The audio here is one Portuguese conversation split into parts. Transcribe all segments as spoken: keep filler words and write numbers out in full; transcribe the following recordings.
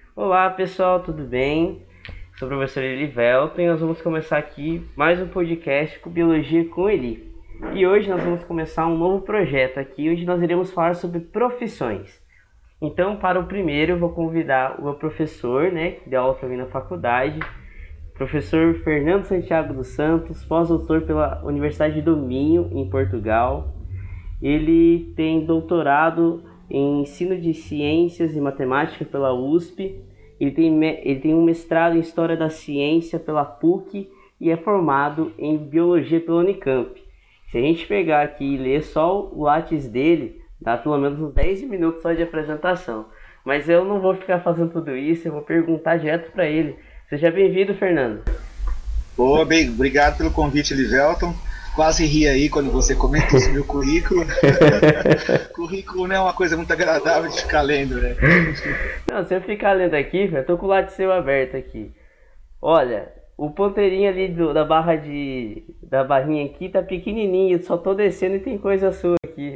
Olá pessoal, tudo bem? Sou o professor Elivelton e nós vamos começar aqui mais um podcast com Biologia com Eli. E hoje nós vamos começar um novo projeto aqui, onde nós iremos falar sobre profissões. Então, para o primeiro, eu vou convidar o meu professor, né, que deu aula para mim na faculdade, professor Fernando Santiago dos Santos, pós-doutor pela Universidade do Minho, em Portugal. Ele tem doutorado em ensino de ciências e matemática pela U S P. Ele tem, ele tem um mestrado em história da ciência pela P U C e é formado em biologia pela Unicamp. Se a gente pegar aqui e ler só o látis dele, dá pelo menos uns dez minutos só de apresentação. Mas eu não vou ficar fazendo tudo isso, eu vou perguntar direto para ele. Seja bem-vindo, Fernando. Ô, bem, obrigado pelo convite, Livelton. Quase ri aí quando você comentou sobre o currículo. Currículo não é uma coisa muito agradável de ficar lendo, né? Não, se eu ficar lendo aqui, eu tô com o látis seu aberto aqui. Olha, o ponteirinho ali do, da barra de. Da barrinha aqui tá pequenininho, só tô descendo e tem coisa sua aqui.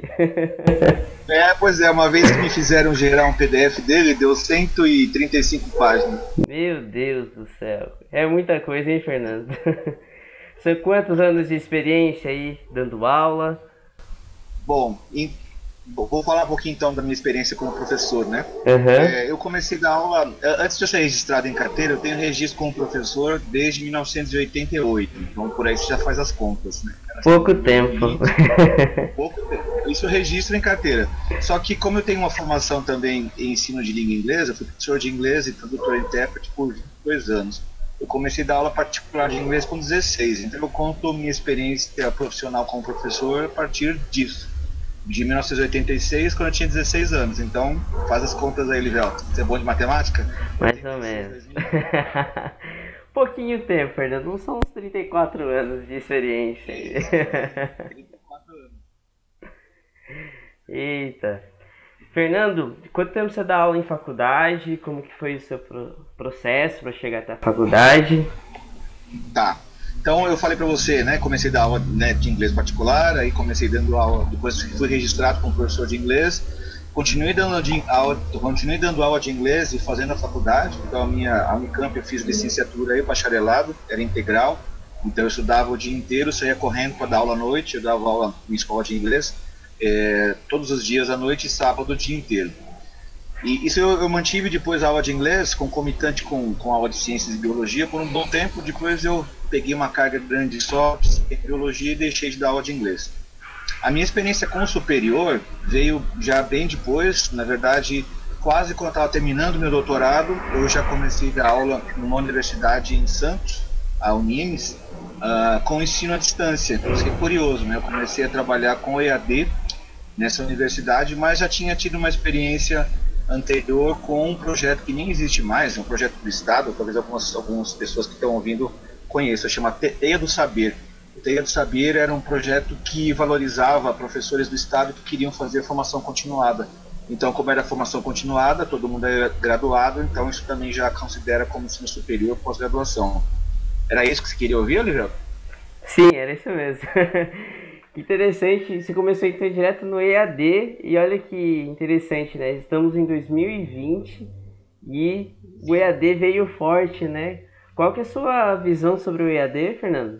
É, pois é, uma vez que me fizeram gerar um P D F dele, deu cento e trinta e cinco páginas. Meu Deus do céu. É muita coisa, hein, Fernando? São quantos anos de experiência aí dando aula? Bom, em- vou falar um pouquinho então da minha experiência como professor, né? Aham. É, eu comecei a dar aula, eh, antes de eu ser registrado em carteira, eu tenho registro como professor desde mil novecentos e oitenta e oito, então por aí você já faz as contas, né? Era assim, Pouco dois mil e tempo. vinte. Pouco tempo. Isso eu registro em carteira. Só que como eu tenho uma formação também em ensino de língua inglesa, eu fui professor de inglês e tradutor e intérprete por dois anos. Eu comecei a dar aula particular de inglês com dezesseis, então eu conto minha experiência profissional como professor a partir disso. De mil novecentos e oitenta e seis, quando eu tinha dezesseis anos. Então, faz as contas aí, Livelto. Você é bom de matemática? Mais ou oitenta e seis, menos. dois mil e vinte. Pouquinho tempo, Fernando. Não são uns trinta e quatro anos de experiência. É isso mesmo. trinta e quatro anos. Eita. Fernando, quanto tempo você dá aula em faculdade? Como que foi o seu pro- processo para chegar até a faculdade? Tá. Então eu falei pra você, né? Comecei a dar aula, né, de inglês particular, aí comecei dando aula, depois fui registrado como professor de inglês, continuei dando de, aula, continuei dando aula de inglês e fazendo a faculdade. Então a minha a Unicamp eu fiz licenciatura e bacharelado, era integral. Então eu estudava o dia inteiro, saía correndo para dar aula à noite, eu dava aula em escola de inglês, é, todos os dias à noite e sábado o dia inteiro. E isso eu, eu mantive depois a aula de inglês, concomitante com, com a aula de ciências e biologia, por um bom tempo. Depois eu peguei uma carga grande só de biologia e deixei de dar aula de inglês. A minha experiência com o superior veio já bem depois, na verdade, quase quando eu estava terminando meu doutorado, eu já comecei a dar aula numa universidade em Santos, a Unimes, uh, com ensino à distância. Isso é curioso, né? Eu comecei a trabalhar com E A D nessa universidade, mas já tinha tido uma experiência anterior com um projeto que nem existe mais, um projeto do Estado, talvez algumas, algumas pessoas que estão ouvindo conheçam, chama Teia do Saber. O Teia do Saber era um projeto que valorizava professores do Estado que queriam fazer formação continuada. Então, como era formação continuada, todo mundo era graduado, então isso também já considera como ensino superior pós-graduação. Era isso que você queria ouvir, Oliveira? Sim, era isso mesmo. Interessante, você começou então direto no E A D e olha que interessante, né? Estamos em dois mil e vinte e o E A D veio forte, né? Qual que é a sua visão sobre o E A D, Fernando?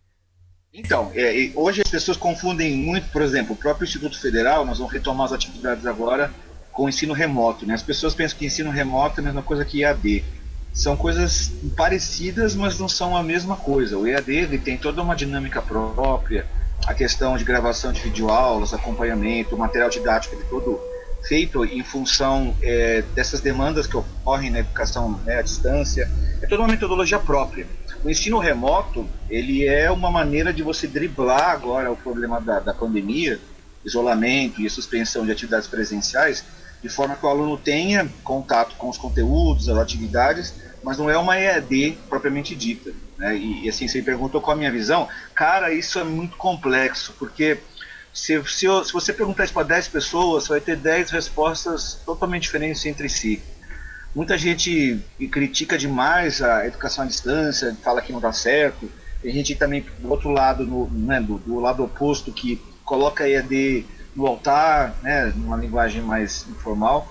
Então, é, hoje as pessoas confundem muito, por exemplo, o próprio Instituto Federal, nós vamos retomar as atividades agora com o ensino remoto, né? As pessoas pensam que ensino remoto é a mesma coisa que E A D. São coisas parecidas, mas não são a mesma coisa. O E A D ele tem toda uma dinâmica própria, a questão de gravação de videoaulas, acompanhamento, o material didático ele todo feito em função é, dessas demandas que ocorrem na educação, né, à distância. É toda uma metodologia própria. O ensino remoto ele é uma maneira de você driblar agora o problema da, da pandemia, isolamento e suspensão de atividades presenciais, de forma que o aluno tenha contato com os conteúdos, as atividades, mas não é uma E A D propriamente dita, né? E, e assim, você me perguntou qual a minha visão. Cara, isso é muito complexo, porque se, se, eu, se você perguntar isso para dez pessoas, você vai ter dez respostas totalmente diferentes entre si. Muita gente critica demais a educação à distância, fala que não dá certo. Tem gente também do outro lado, no, né, do, do lado oposto, que coloca a E A D no altar, né, numa linguagem mais informal.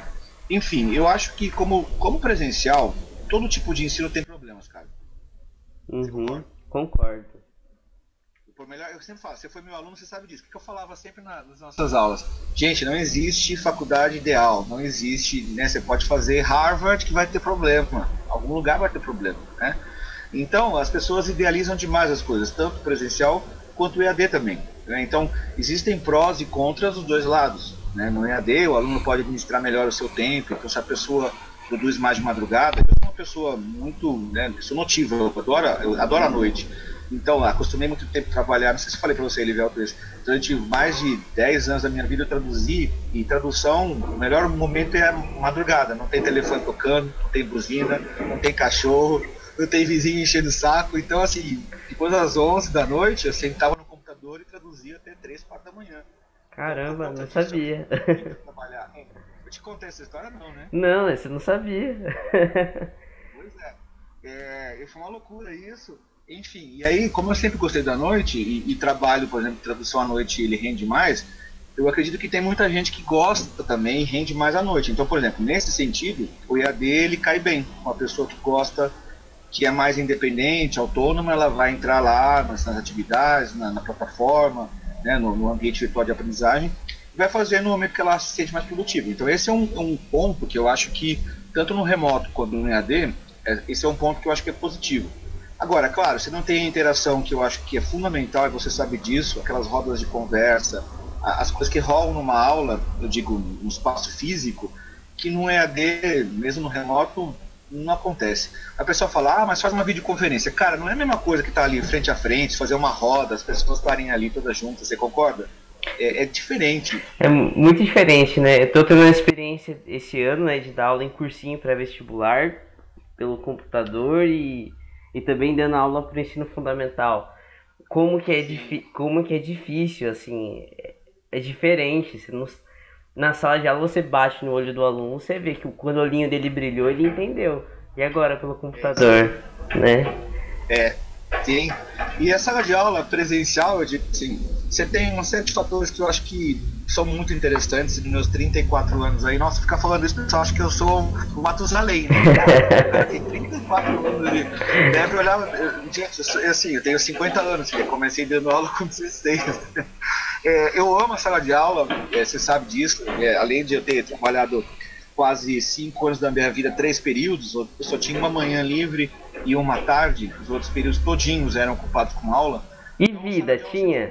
Enfim, eu acho que como, como presencial, todo tipo de ensino tem problemas, cara. Você Uhum, concorda? concordo. Por melhor, eu sempre falo, você foi meu aluno, você sabe disso. O que eu falava sempre na, nas nossas aulas? Gente, não existe faculdade ideal, não existe, né? Você pode fazer Harvard que vai ter problema, algum lugar vai ter problema, né? Então, as pessoas idealizam demais as coisas, tanto presencial quanto E A D também, né? Então, existem prós e contras dos dois lados, né? No E A D, o aluno pode administrar melhor o seu tempo, então se a pessoa produz mais de madrugada, eu sou uma pessoa muito, né, sou notível, eu adoro, eu adoro a noite. Então, acostumei muito tempo a trabalhar, não sei se eu falei para você, Elivelto, durante mais de dez anos da minha vida eu traduzi, e tradução, o melhor momento é a madrugada, não tem telefone tocando, não tem buzina, não tem cachorro, não tem vizinho enchendo o saco, então assim, depois das onze da noite eu sentava no computador e traduzia até três, quatro da manhã. Então, por Caramba, conta não disso, eu sabia. aprendi muito a trabalhar. Eu te contei essa história, não, né? Não, esse eu não sabia. Pois é. É, foi uma loucura isso. Enfim, e aí, como eu sempre gostei da noite e, e trabalho, por exemplo, tradução à noite, ele rende mais. Eu acredito que tem muita gente que gosta também e rende mais à noite. Então, por exemplo, nesse sentido, o E A D ele cai bem. Uma pessoa que gosta, que é mais independente, autônoma, ela vai entrar lá nas, nas atividades, na, na plataforma, né, no, no ambiente virtual de aprendizagem, e vai fazer no momento que ela se sente mais produtiva. Então, esse é um, um ponto que eu acho que, tanto no remoto quanto no E A D, é, esse é um ponto que eu acho que é positivo. Agora, claro, você não tem a interação que eu acho que é fundamental, e você sabe disso, aquelas rodas de conversa, as coisas que rolam numa aula, eu digo, no espaço físico, que no E A D, mesmo no remoto, não acontece. A pessoa fala, ah, mas faz uma videoconferência. Cara, não é a mesma coisa que estar tá ali frente a frente, fazer uma roda, as pessoas estarem ali todas juntas, você concorda? É, é diferente. É muito diferente, né? Eu tô tendo uma experiência esse ano, né, de dar aula em cursinho pré-vestibular pelo computador e, e também dando aula para o ensino fundamental. Como que é, como que é difícil, assim, é, é diferente. Você não, na sala de aula você bate no olho do aluno, você vê que quando o olhinho dele brilhou, ele entendeu. E agora pelo computador, né? É, sim. E a sala de aula presencial, eu digo assim, você tem uma série de fatores que eu acho que são muito interessantes nos meus trinta e quatro anos aí. Nossa, ficar falando isso, o pessoal acha que eu sou o Matusalém, né? O cara tem trinta e quatro anos ali. Deve olhar, gente, assim, eu tenho cinquenta anos, eu comecei dando aula com dezesseis. É, eu amo a sala de aula, é, você sabe disso, é, além de eu ter trabalhado quase cinco anos da minha vida, três períodos, eu só tinha uma manhã livre e uma tarde, os outros períodos todinhos eram ocupados com aula. E Então, vida tinha?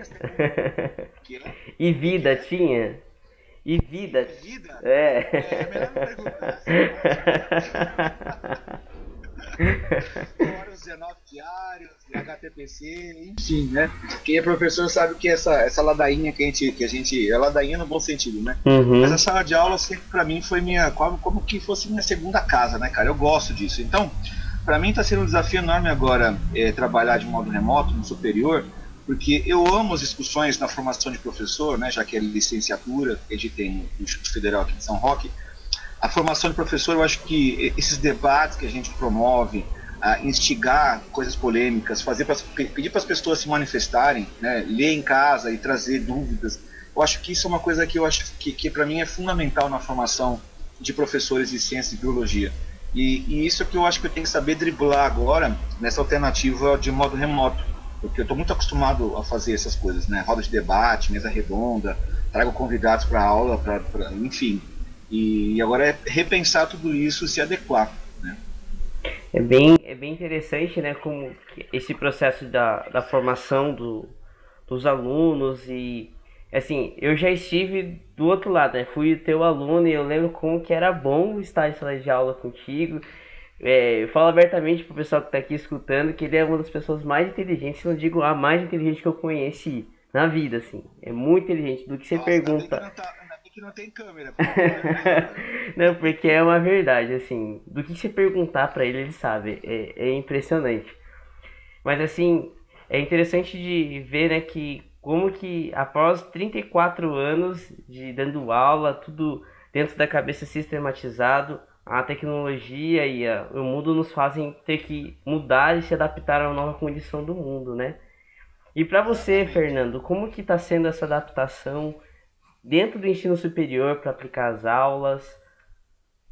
Que, né? E E que vida é? tinha? E vida? E vida? É. É melhor não perguntar. Fora os dezenove diários, H T P C, enfim, né? Quem é professor sabe que essa, essa ladainha que a gente, que a gente. É ladainha no bom sentido, né? Uhum. Mas a sala de aula sempre pra mim foi minha. Como, como que fosse minha segunda casa, né, cara? Eu gosto disso. Então, pra mim tá sendo um desafio enorme agora é, trabalhar de modo remoto, no superior, porque eu amo as discussões na formação de professor, né? Já que é licenciatura, a gente tem no Instituto Federal aqui de São Roque. A formação de professor, eu acho que esses debates que a gente promove, a instigar coisas polêmicas, fazer pras, pedir para as pessoas se manifestarem, né, ler em casa e trazer dúvidas, eu acho que isso é uma coisa que eu acho que, que para mim é fundamental na formação de professores de ciência e biologia. E, e isso é que eu acho que eu tenho que saber driblar agora nessa alternativa de modo remoto, porque eu estou muito acostumado a fazer essas coisas, né, roda de debate, mesa redonda, trago convidados para aula, pra, pra, enfim. E agora é repensar tudo isso e se adequar, né? É bem, é bem interessante, né, como esse processo da, da formação do, dos alunos e, assim, eu já estive do outro lado, né, fui o teu aluno e eu lembro como que era bom estar em sala de aula contigo. É, eu falo abertamente pro pessoal que tá aqui escutando que ele é uma das pessoas mais inteligentes, se não digo a mais inteligente que eu conheci na vida, assim, é muito inteligente do que você Nossa, ainda bem que pergunta. não, tá, ainda bem que não tem câmera, porque eu Não, porque é uma verdade, assim, do que você perguntar pra ele, ele sabe, é, é impressionante. Mas assim, é interessante de ver, né, que como que após trinta e quatro anos de dando aula, tudo dentro da cabeça sistematizado, a tecnologia e a, o mundo nos fazem ter que mudar e se adaptar a uma nova condição do mundo, né? E pra você, exatamente. Fernando, como que tá sendo essa adaptação dentro do ensino superior para aplicar as aulas?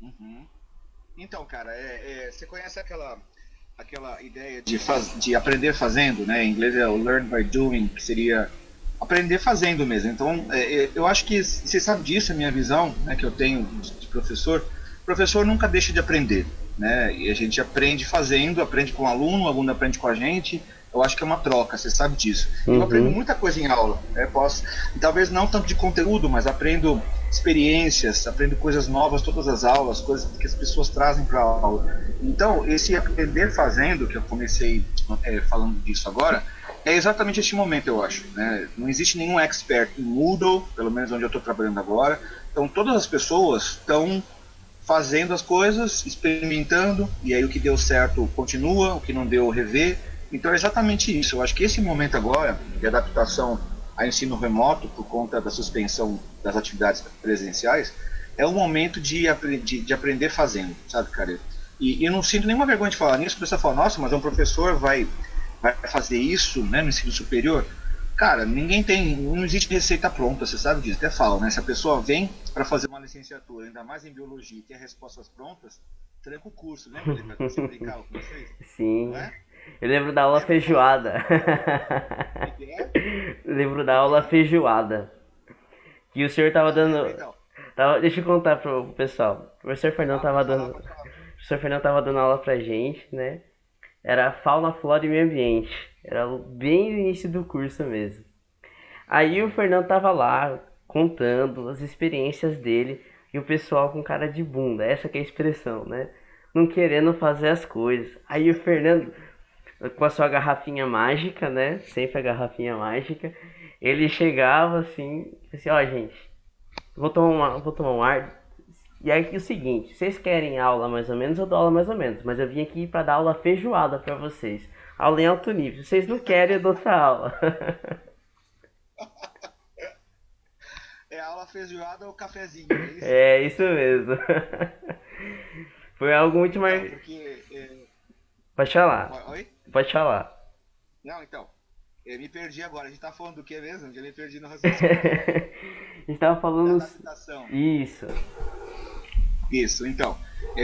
Uhum. Então, cara, é, é, você conhece aquela, aquela ideia de, faz, de aprender fazendo, né? Em inglês é o learn by doing, que seria aprender fazendo mesmo. Então, é, é, eu acho que você sabe disso, a minha visão, né, que eu tenho de, de professor. O professor nunca deixa de aprender, né? E a gente aprende fazendo, aprende com o aluno, o aluno aprende com a gente. Eu acho que é uma troca, você sabe disso. Eu aprendo Uhum, muita coisa em aula, né? Posso, talvez não tanto de conteúdo, mas aprendo experiências, aprendo coisas novas todas as aulas, coisas que as pessoas trazem para a aula. Então, esse aprender fazendo, que eu comecei é, falando disso agora, é exatamente este momento, eu acho. Né? Não existe nenhum expert em Moodle, pelo menos onde eu estou trabalhando agora. Então, todas as pessoas estão fazendo as coisas, experimentando, e aí o que deu certo continua, o que não deu, revê. Então, é exatamente isso. Eu acho que esse momento agora, de adaptação a ensino remoto, por conta da suspensão das atividades presenciais, é um momento de, de, de aprender fazendo, sabe, cara? E, e eu não sinto nenhuma vergonha de falar nisso, a pessoa fala, nossa, mas um professor vai vai fazer isso, né, no ensino superior. Cara, ninguém tem, não existe receita pronta, você sabe disso, até fala, né? Se a pessoa vem para fazer uma licenciatura, ainda mais em biologia, e tem as respostas prontas, tranca o curso, lembra, Liber, quando você brincava com vocês? Não sim. é? Eu lembro da aula Lembra, fala? feijoada. Como é que é? Lembro da Como é que aula é? feijoada. Que o senhor tava Ah, lembra dando. então. Tava, deixa eu contar pro pessoal. O professor Fernando Ah, tava pode falar, dando. pode falar. O professor Fernando tava dando aula pra gente, né? Era fauna, flora e meio ambiente. Era bem no início do curso mesmo. Aí o Fernando tava lá contando as experiências dele e o pessoal com cara de bunda, essa que é a expressão, né? Não querendo fazer as coisas. Aí o Fernando, com a sua garrafinha mágica, né? Sempre a garrafinha mágica, ele chegava assim, assim, ó, gente, vou tomar, uma, vou tomar um ar. E aí é o seguinte, vocês querem aula mais ou menos, eu dou aula mais ou menos, mas eu vim aqui para dar aula feijoada para vocês. Aula em alto nível. Se vocês não querem, eu dou outra aula. É a aula feijoada ou cafezinho, é isso? É, isso mesmo. Foi algo muito Então, mais. porque. É... Pode falar. Oi? Pode falar. Não, então. Eu me perdi agora. A gente tá falando do que mesmo? Já me perdi no raciocínio. A gente tava Da falando. adaptação. Isso. Isso, então.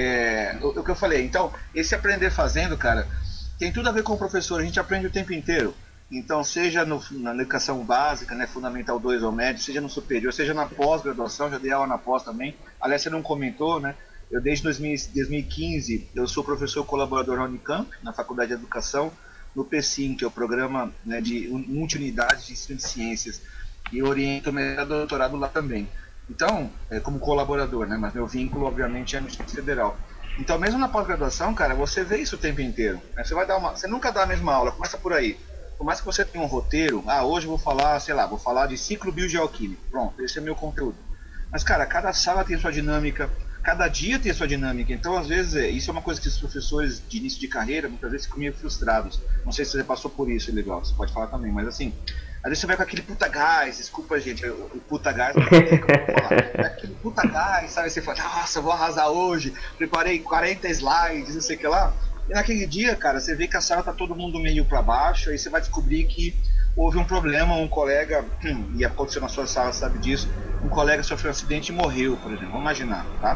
É, o, o que eu falei, então, esse aprender fazendo, cara, tem tudo a ver com o professor, a gente aprende o tempo inteiro. Então, seja no, na educação básica, né, fundamental dois ou médio, seja no superior, seja na pós-graduação, já dei aula na pós também. Aliás, você não comentou, né? Eu desde dois mil, dois mil e quinze, eu sou professor colaborador na Unicamp, na Faculdade de Educação, no P SIM, que é o programa, né, de multi-unidades de ensino de ciências, e eu oriento o meu doutorado lá também. Então, é, como colaborador, né? Mas meu vínculo, obviamente, é no Instituto Federal. Então, mesmo na pós-graduação, cara, você vê isso o tempo inteiro. Né? Você vai dar uma, você nunca dá a mesma aula. Começa por aí. Por mais que você tenha um roteiro, ah, hoje eu vou falar, sei lá, vou falar de ciclo biogeoquímico. Pronto, esse é meu conteúdo. Mas, cara, cada sala tem sua dinâmica, cada dia tem sua dinâmica. Então, às vezes, é, isso é uma coisa que os professores de início de carreira, muitas vezes, ficam meio frustrados. Não sei se você passou por isso, legal, você pode falar também, mas assim, às vezes você vai com aquele puta gás, desculpa, gente, o, o puta gás não é como eu vou falar. É aquele puta gás, sabe? Você fala, nossa, vou arrasar hoje, preparei quarenta slides, não sei o que lá. E naquele dia, cara, você vê que a sala tá todo mundo meio para baixo, aí você vai descobrir que houve um problema, um colega, e aconteceu na sua sala, sabe disso, um colega sofreu um acidente e morreu, por exemplo, vamos imaginar, tá?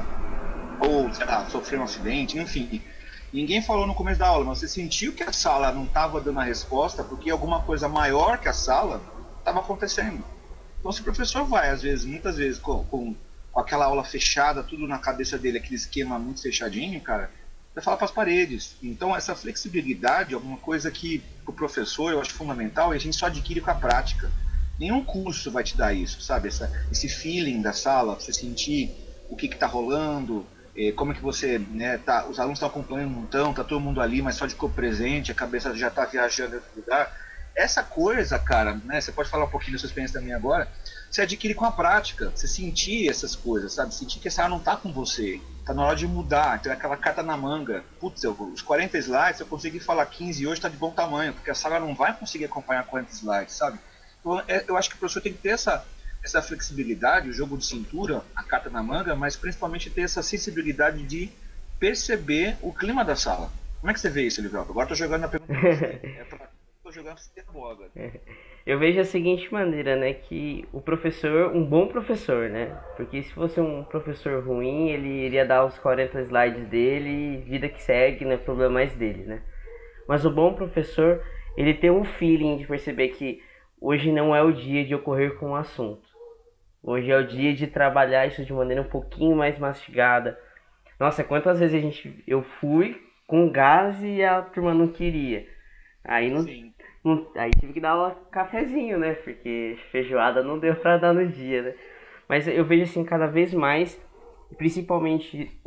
Ou, sei lá, sofreu um acidente, enfim. Ninguém falou no começo da aula, mas você sentiu que a sala não estava dando a resposta porque alguma coisa maior que a sala estava acontecendo. Então, se o professor vai, às vezes, muitas vezes, com, com, com aquela aula fechada, tudo na cabeça dele, aquele esquema muito fechadinho, cara, vai falar para as paredes. Então, essa flexibilidade é alguma coisa que o professor, eu acho fundamental, e a gente só adquire com a prática. Nenhum curso vai te dar isso, sabe? Essa, esse feeling da sala, você sentir o que está rolando, como é que você, né, tá, os alunos estão acompanhando, não estão, tá todo mundo ali, mas só de corpo presente, a cabeça já está viajando em outro lugar. Essa coisa, cara, né, você pode falar um pouquinho da sua experiência também agora, você adquire com a prática, você sentir essas coisas, sabe, sentir que essa área não está com você, tá na hora de mudar, então é aquela carta na manga, putz, eu, os quarenta slides, eu consegui falar quinze hoje, está de bom tamanho, porque a sala não vai conseguir acompanhar quarenta slides, sabe? Então, é, eu acho que o professor tem que ter essa essa flexibilidade, o jogo de cintura, a carta na manga, mas principalmente ter essa sensibilidade de perceber o clima da sala. Como é que você vê isso, Livelto? Agora estou jogando a pergunta para você. É pra... tô jogando futebol agora. Eu vejo a seguinte maneira, né, que o professor, um bom professor, né, porque se fosse um professor ruim, ele iria dar os quarenta slides dele e vida que segue, né, problema mais dele, né. Mas o bom professor, ele tem um feeling de perceber que hoje não é o dia de ocorrer com o assunto. Hoje é o dia de trabalhar isso de maneira um pouquinho mais mastigada. Nossa, quantas vezes a gente, eu fui com gás e a turma não queria. Aí não, Sim. não- aí tive que dar um cafezinho, né? Porque feijoada não deu pra dar no dia, né? Mas eu vejo assim cada vez mais, principalmente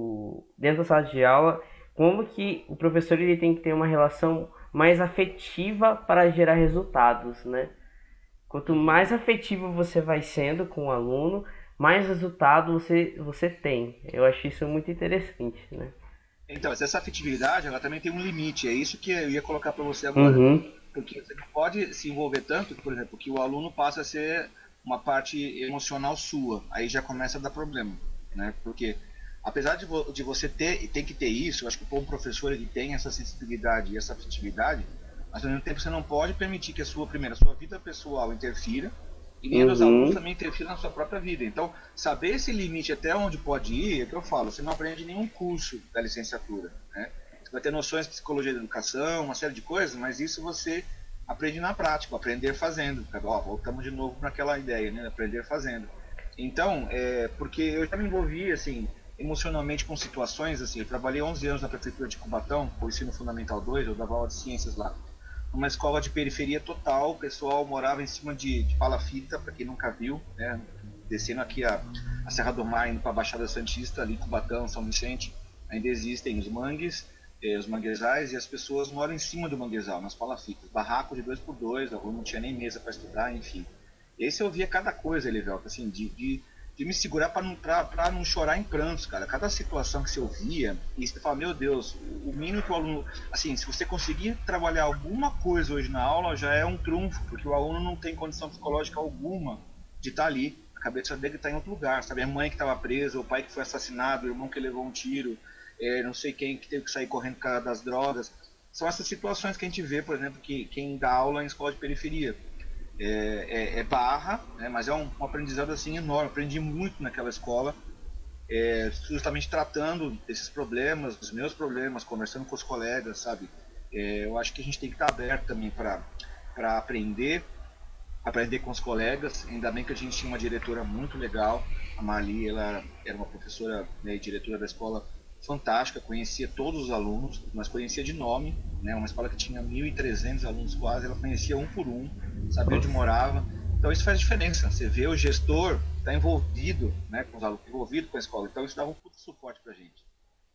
o dentro da sala de aula, como que o professor ele tem que ter uma relação mais afetiva para gerar resultados, né? Quanto Uhum. mais afetivo você vai sendo com o aluno, mais resultado você, você tem. Eu acho isso muito interessante, né? Então, essa afetividade, ela também tem um limite. É isso que eu ia colocar para você agora. Uhum, Porque você não pode se envolver tanto, por exemplo, que o aluno passa a ser uma parte emocional sua. Aí já começa a dar problema, né? Porque apesar de, vo de você ter, tem que ter isso, eu acho que o bom professor ele tem essa sensibilidade e essa afetividade, mas ao mesmo tempo você não pode permitir que a sua primeira, a sua vida pessoal interfira e nem a dos alunos uhum. também interfiram na sua própria vida. Então, saber esse limite até onde pode ir, é o que eu falo, você não aprende em nenhum curso da licenciatura, né? Você vai ter noções de psicologia da educação, uma série de coisas, mas isso você aprende na prática, aprender fazendo. Ó, voltamos de novo para aquela ideia, né? Aprender fazendo. Então, é, porque eu já me envolvi, assim, emocionalmente com situações, assim, eu trabalhei onze anos na prefeitura de Cubatão, com o ensino fundamental dois, eu dava aula de ciências lá. Uma escola de periferia total, o pessoal morava em cima de, de palafita, para quem nunca viu, né? Descendo aqui a, a Serra do Mar, indo para a Baixada Santista, ali Cubatão, São Vicente, ainda existem os mangues, eh, os manguezais, e as pessoas moram em cima do manguezal, nas palafitas, barraco de dois por dois, a rua não tinha nem mesa para estudar, enfim. E aí você ouvia cada coisa, Elivelto, assim, de, de, de me segurar para não, pra, pra não chorar em prantos, cara. Cada situação que você ouvia, e você fala, meu Deus, o mínimo que o aluno. Assim, se você conseguir trabalhar alguma coisa hoje na aula, já é um trunfo, porque o aluno não tem condição psicológica alguma de estar ali. A cabeça dele está em outro lugar, sabe? A mãe que estava presa, o pai que foi assassinado, o irmão que levou um tiro, é, não sei quem que teve que sair correndo por causa das drogas. São essas situações que a gente vê, por exemplo, que quem dá aula em escola de periferia é, é, é barra, né, mas é um, um aprendizado assim enorme. Aprendi muito naquela escola, é, justamente tratando desses problemas, dos meus problemas, conversando com os colegas, sabe? É, eu acho que a gente tem que estar aberto também para para aprender, aprender com os colegas. Ainda bem que a gente tinha uma diretora muito legal, a Marli, ela era uma professora, né, e diretora da escola fantástica, conhecia todos os alunos, mas conhecia de nome, né, uma escola que tinha mil e trezentos alunos quase, ela conhecia um por um, sabia onde Nossa. morava. Então isso faz diferença, você vê o gestor está envolvido, né, com os alunos, envolvido com a escola, então isso dava um puto suporte pra gente.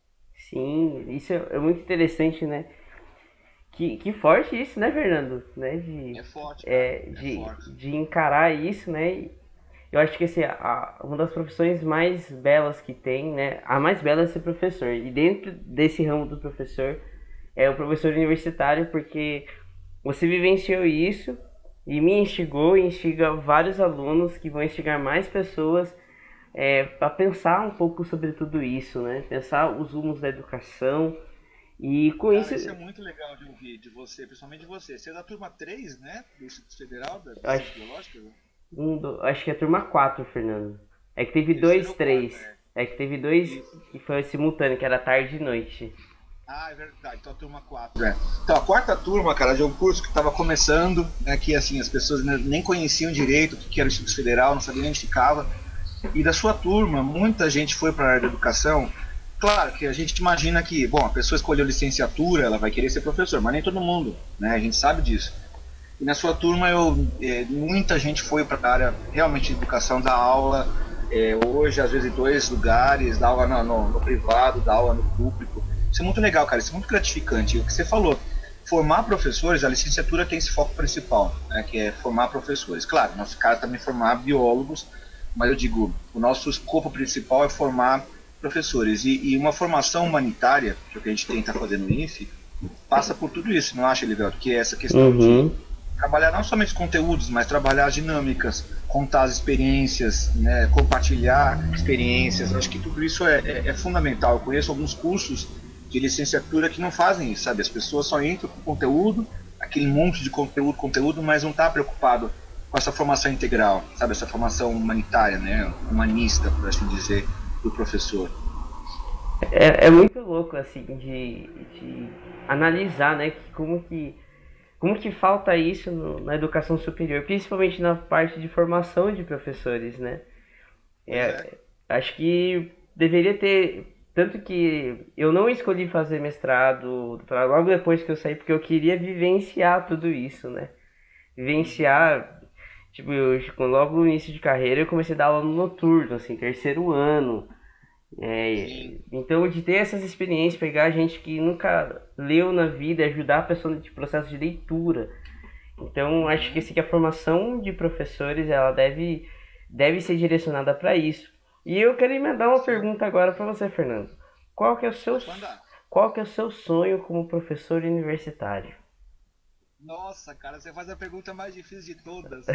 Sim, isso é, é muito interessante, né? Que, que forte isso, né, Fernando? Né? De, É forte, cara, é, é de, forte. de encarar isso, né? E eu acho que assim, a, uma das profissões mais belas que tem, né? A mais bela é ser professor. E dentro desse ramo do professor é o professor universitário, porque você vivenciou isso e me instigou e instiga vários alunos que vão instigar mais pessoas é, para pensar um pouco sobre tudo isso, né? Pensar os rumos da educação e com Cara, isso, isso é muito legal de ouvir de você, principalmente de você. Você é da turma três, né, do Instituto Federal da- de Ciências acho, Biológicas, né? um, do- acho que é a turma quatro, Fernando. É que teve Terceiro dois, ou quarto, três. é. É que teve dois Isso. que foi simultâneo, que era tarde e noite. Ah, é verdade. Então a turma quatro. É. Então a quarta turma, cara, de um curso que estava começando, né, que assim, as pessoas nem conheciam direito o que era o Instituto Federal, não sabiam onde ficava. E da sua turma, muita gente foi para a área da educação. Claro que a gente imagina que, bom, a pessoa escolheu licenciatura, ela vai querer ser professor, mas nem todo mundo, né? A gente sabe disso. E na sua turma, eu, é, muita gente foi para a área realmente de educação, da aula, é, hoje, às vezes, em dois lugares, dá aula no, no, no privado, dá aula no público. Isso é muito legal, cara, isso é muito gratificante. E o que você falou, formar professores, a licenciatura tem esse foco principal, né, que é formar professores. Claro, nosso caso também é formar biólogos, mas eu digo, o nosso escopo principal é formar professores. E, e uma formação humanitária, que é o que a gente tenta fazer no I F E, passa por tudo isso, não acha, Livelto? Que é essa questão de Uhum. trabalhar não somente os conteúdos, mas trabalhar as dinâmicas, contar as experiências, né, compartilhar experiências. Eu acho que tudo isso é, é, é fundamental. Eu conheço alguns cursos de licenciatura que não fazem isso, sabe? As pessoas só entram com conteúdo, aquele monte de conteúdo, conteúdo, mas não está preocupado com essa formação integral, sabe, essa formação humanitária, né, humanista, por assim dizer, do professor. É, é muito louco, assim, de, de analisar, né, que como que como que falta isso no, na educação superior, principalmente na parte de formação de professores, né? Pois é. É, acho que deveria ter, tanto que eu não escolhi fazer mestrado para logo depois que eu saí, porque eu queria vivenciar tudo isso, né? Uhum. Vivenciar, tipo, eu, logo no início de carreira eu comecei a dar aula no noturno, assim, terceiro ano. É, Sim. então, de ter essas experiências, pegar gente que nunca leu na vida, ajudar a pessoa no processo de leitura. Então, acho que, Uhum. assim, que a formação de professores ela deve, deve ser direcionada para isso. E eu quero emendar uma Sim. pergunta agora para você, Fernando. Qual que é o seu, Pode mandar. qual que é o seu sonho como professor universitário? Nossa, cara, você faz a pergunta mais difícil de todas.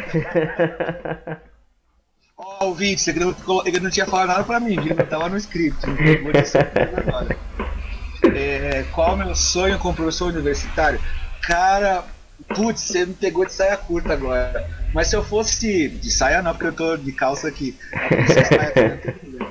Ó, oh, ouvinte, ele não, ele não tinha falado nada pra mim, viu? Não tava no script, me pegou de surpresa agora. É, qual é o meu sonho como professor universitário? Cara, putz, você me pegou de saia curta agora. Mas se eu fosse. De saia não, porque eu tô de calça aqui. Mas podia ser saia também, não tem problema.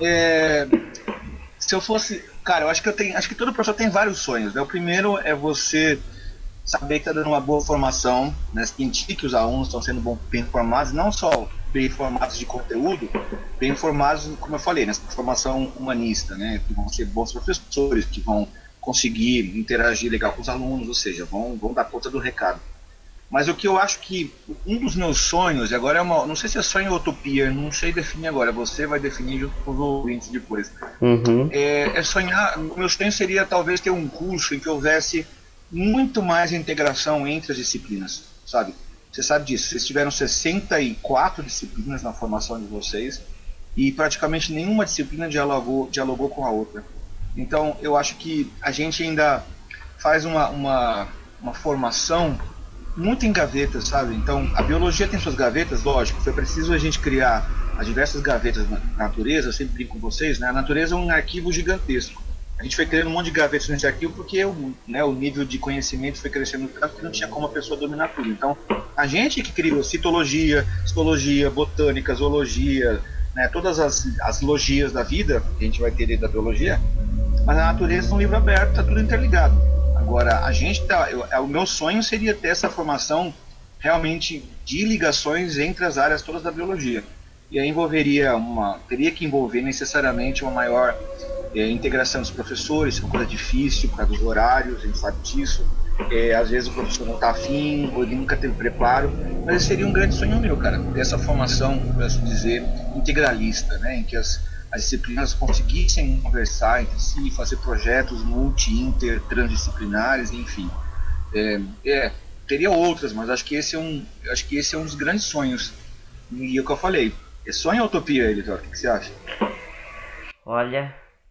É, se eu fosse. Cara, eu acho que eu tenho. Acho que todo professor tem vários sonhos, né? O primeiro é você saber que está dando uma boa formação, né? Sentir que os alunos estão sendo bem formados, não só bem formados de conteúdo, bem formados, como eu falei, nessa formação humanista, né? Que vão ser bons professores, que vão conseguir interagir legal com os alunos, ou seja, vão, vão dar conta do recado. Mas o que eu acho que um dos meus sonhos, e agora é uma, não sei se é sonho ou utopia, não sei definir agora, você vai definir junto com os ouvintes depois. Uhum. É, é sonhar, o meu sonho seria talvez ter um curso em que houvesse muito mais integração entre as disciplinas, sabe? Você sabe disso, vocês tiveram sessenta e quatro disciplinas na formação de vocês e praticamente nenhuma disciplina dialogou, dialogou com a outra. Então eu acho que a gente ainda faz uma, uma, uma formação muito em gavetas, sabe? Então a biologia tem suas gavetas, lógico, foi preciso a gente criar as diversas gavetas na natureza, eu sempre brinco com vocês, né? A natureza é um arquivo gigantesco. A gente foi criando um monte de gavetas nesse arquivo porque o, né, o nível de conhecimento foi crescendo tanto que não tinha como a pessoa dominar tudo. Então, a gente que criou citologia, histologia, botânica, zoologia, né, todas as, as logias da vida, que a gente vai ter dentro da biologia, mas a natureza é um livro aberto, está tudo interligado. Agora, a gente tá, eu, o meu sonho seria ter essa formação realmente de ligações entre as áreas todas da biologia. E aí envolveria uma, teria que envolver necessariamente uma maior é, integração dos professores, que é uma coisa difícil por causa dos horários, a gente sabe disso. É, às vezes o professor não está afim, ou ele nunca teve preparo, mas esse seria um grande sonho meu, cara, ter essa formação, por assim dizer, integralista, né, em que as, as disciplinas conseguissem conversar entre si, fazer projetos multi, inter, transdisciplinares, enfim. É, é, teria outras, mas acho que esse é um, acho que esse é um dos grandes sonhos. E é o que eu falei, é sonho ou utopia, Elitor? O que, que você acha? Olha,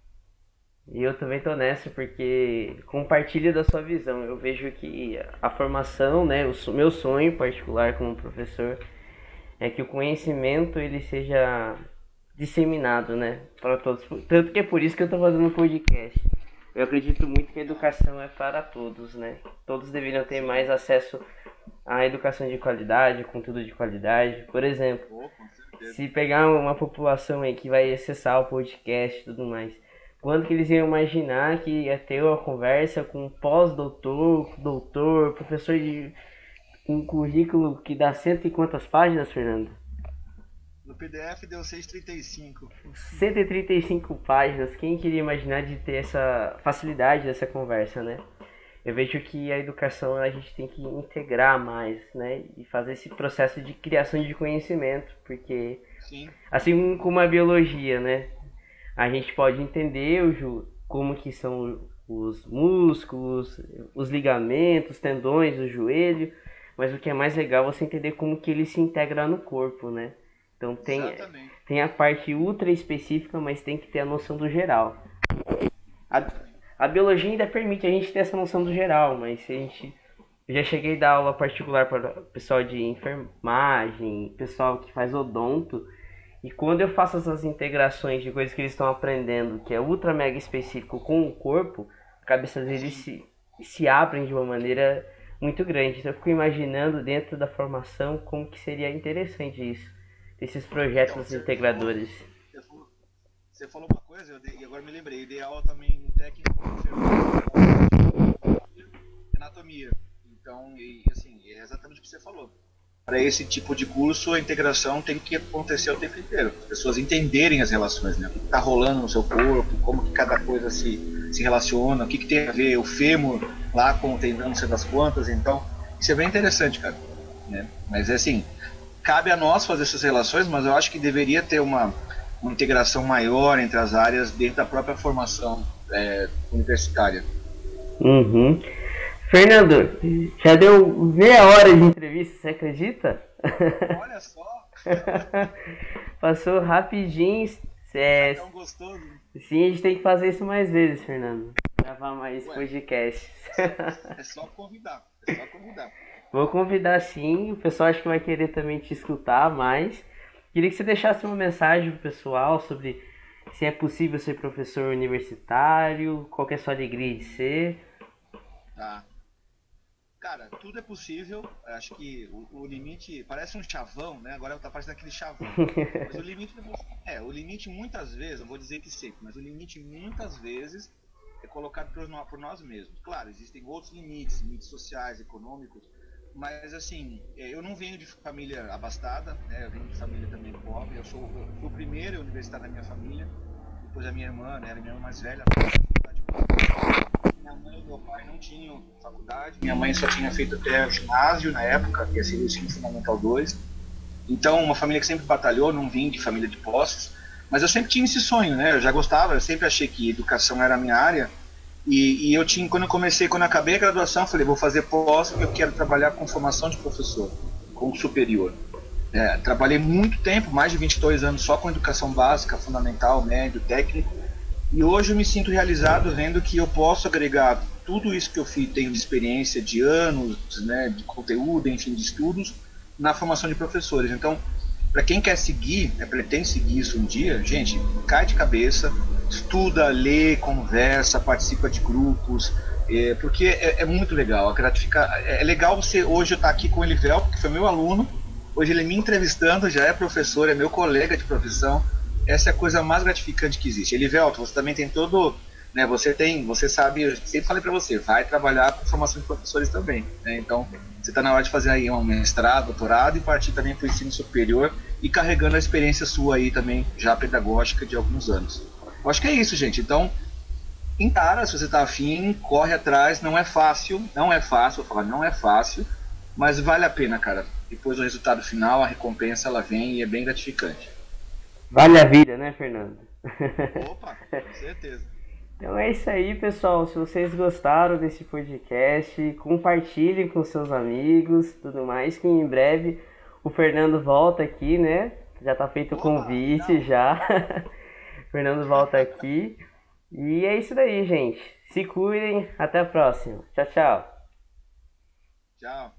eu também tô nessa porque compartilho da sua visão. Eu vejo que a formação, né, o meu sonho particular como professor é que o conhecimento ele seja disseminado, né, para todos. Tanto que é por isso que eu tô fazendo um podcast. Eu acredito muito que a educação é para todos, né? Todos deveriam ter mais acesso à educação de qualidade, conteúdo de qualidade. Por exemplo, Oh, com certeza. se pegar uma população aí que vai acessar o podcast e tudo mais, quando que eles iam imaginar que ia ter uma conversa com um pós-doutor, doutor, professor de um currículo que dá cento e quantas páginas, Fernando? No P D F deu seiscentos e trinta e cinco. cento e trinta e cinco páginas. Quem queria imaginar de ter essa facilidade dessa conversa, né? Eu vejo que a educação a gente tem que integrar mais, né? E fazer esse processo de criação de conhecimento, porque Sim. assim como a biologia, né? A gente pode entender o, como que são os músculos, os ligamentos, tendões, o joelho, mas o que é mais legal é você entender como que ele se integra no corpo, né? Então tem, Exatamente. tem a parte ultra específica, mas tem que ter a noção do geral. A, Exatamente. a biologia ainda permite a gente ter essa noção do geral, mas se a gente... Eu já cheguei a dar aula particular para o pessoal de enfermagem, pessoal que faz odonto, e quando eu faço essas integrações de coisas que eles estão aprendendo, que é ultra mega específico com o corpo, a cabeça deles se, se abrem de uma maneira muito grande. Então eu fico imaginando dentro da formação como que seria interessante isso, esses Então, projetos você, você falou, integradores. você falou, você falou uma coisa, eu dei- e agora me lembrei, eu dei aula também no técnico de enfermagem, anatomia. Então, e, assim, é exatamente o que você falou. Para esse tipo de curso, a integração tem que acontecer o tempo inteiro. As pessoas entenderem as relações, né? O que está rolando no seu corpo, como que cada coisa se, se relaciona, o que, que tem a ver o fêmur lá com o tendão, não sei das quantas. Então, isso é bem interessante, cara. Né? Mas, assim, cabe a nós fazer essas relações, mas eu acho que deveria ter uma, uma integração maior entre as áreas dentro da própria formação é, universitária. Uhum. Fernando, já deu meia hora de entrevista, você acredita? Olha só, Passou rapidinho. tá É, tão gostoso. sim, a gente tem que fazer isso mais vezes, Fernando. Gravar mais Ué, podcasts. é só convidar, é só convidar. Vou convidar sim, o pessoal acho que vai querer também te escutar mais. Queria que você deixasse uma mensagem pro pessoal sobre se é possível ser professor universitário, qual que é a sua alegria de ser. Tá. Cara, tudo é possível. Acho que o, o limite parece um chavão, né? Agora tá parecendo aquele chavão. Mas o limite é, o limite muitas vezes, eu vou dizer que sempre, mas o limite muitas vezes é colocado por, nós, por nós mesmos. Claro, existem outros limites, limites sociais, econômicos, mas assim, é, eu não venho de família abastada, né? Eu venho de família também pobre. Eu sou eu fui o primeiro universitário da minha família, depois a minha irmã, né? Era a minha irmã mais velha, minha mãe e meu pai não tinham faculdade. Minha mãe só tinha feito até ginásio na época, que seria o ensino fundamental dois. Então, uma família que sempre batalhou, não vim de família de posses. Mas eu sempre tinha esse sonho, né? Eu já gostava, eu sempre achei que educação era a minha área. E, e eu tinha, quando eu comecei, quando eu acabei a graduação, eu falei, vou fazer pós porque eu quero trabalhar com formação de professor, com superior. É, trabalhei muito tempo, mais de vinte e dois anos, só com educação básica, fundamental, médio, técnico. E hoje eu me sinto realizado vendo que eu posso agregar tudo isso que eu fiz, tenho de experiência, de anos, né, de conteúdo, enfim, de estudos, na formação de professores. Então, para quem quer seguir, né, pretende seguir isso um dia, gente, cai de cabeça, estuda, lê, conversa, participa de grupos, é, porque é, é muito legal. Gratifica, é legal você hoje eu estar aqui com o Elivel, que foi meu aluno, hoje ele me entrevistando, já é professor, é meu colega de profissão. Essa é a coisa mais gratificante que existe. Elivelto, você também tem todo, né, você tem, você sabe, eu sempre falei para você, vai trabalhar com formação de professores também, né? Então, você está na hora de fazer aí um mestrado, doutorado e partir também para o ensino superior e carregando a experiência sua aí também, já pedagógica de alguns anos. Eu acho que é isso, gente. Então, encara, se você está afim, corre atrás, não é fácil, não é fácil, vou falar, não é fácil, mas vale a pena, cara. Depois do resultado final, a recompensa ela vem e é bem gratificante. Vale a vida, né, Fernando? Opa, com certeza. Então é isso aí, pessoal. Se vocês gostaram desse podcast, compartilhem com seus amigos, tudo mais, que em breve o Fernando volta aqui, né? Já tá feito o Opa, convite já. O Fernando volta aqui. E é isso daí, gente. Se cuidem. Até a próxima. Tchau, tchau. tchau.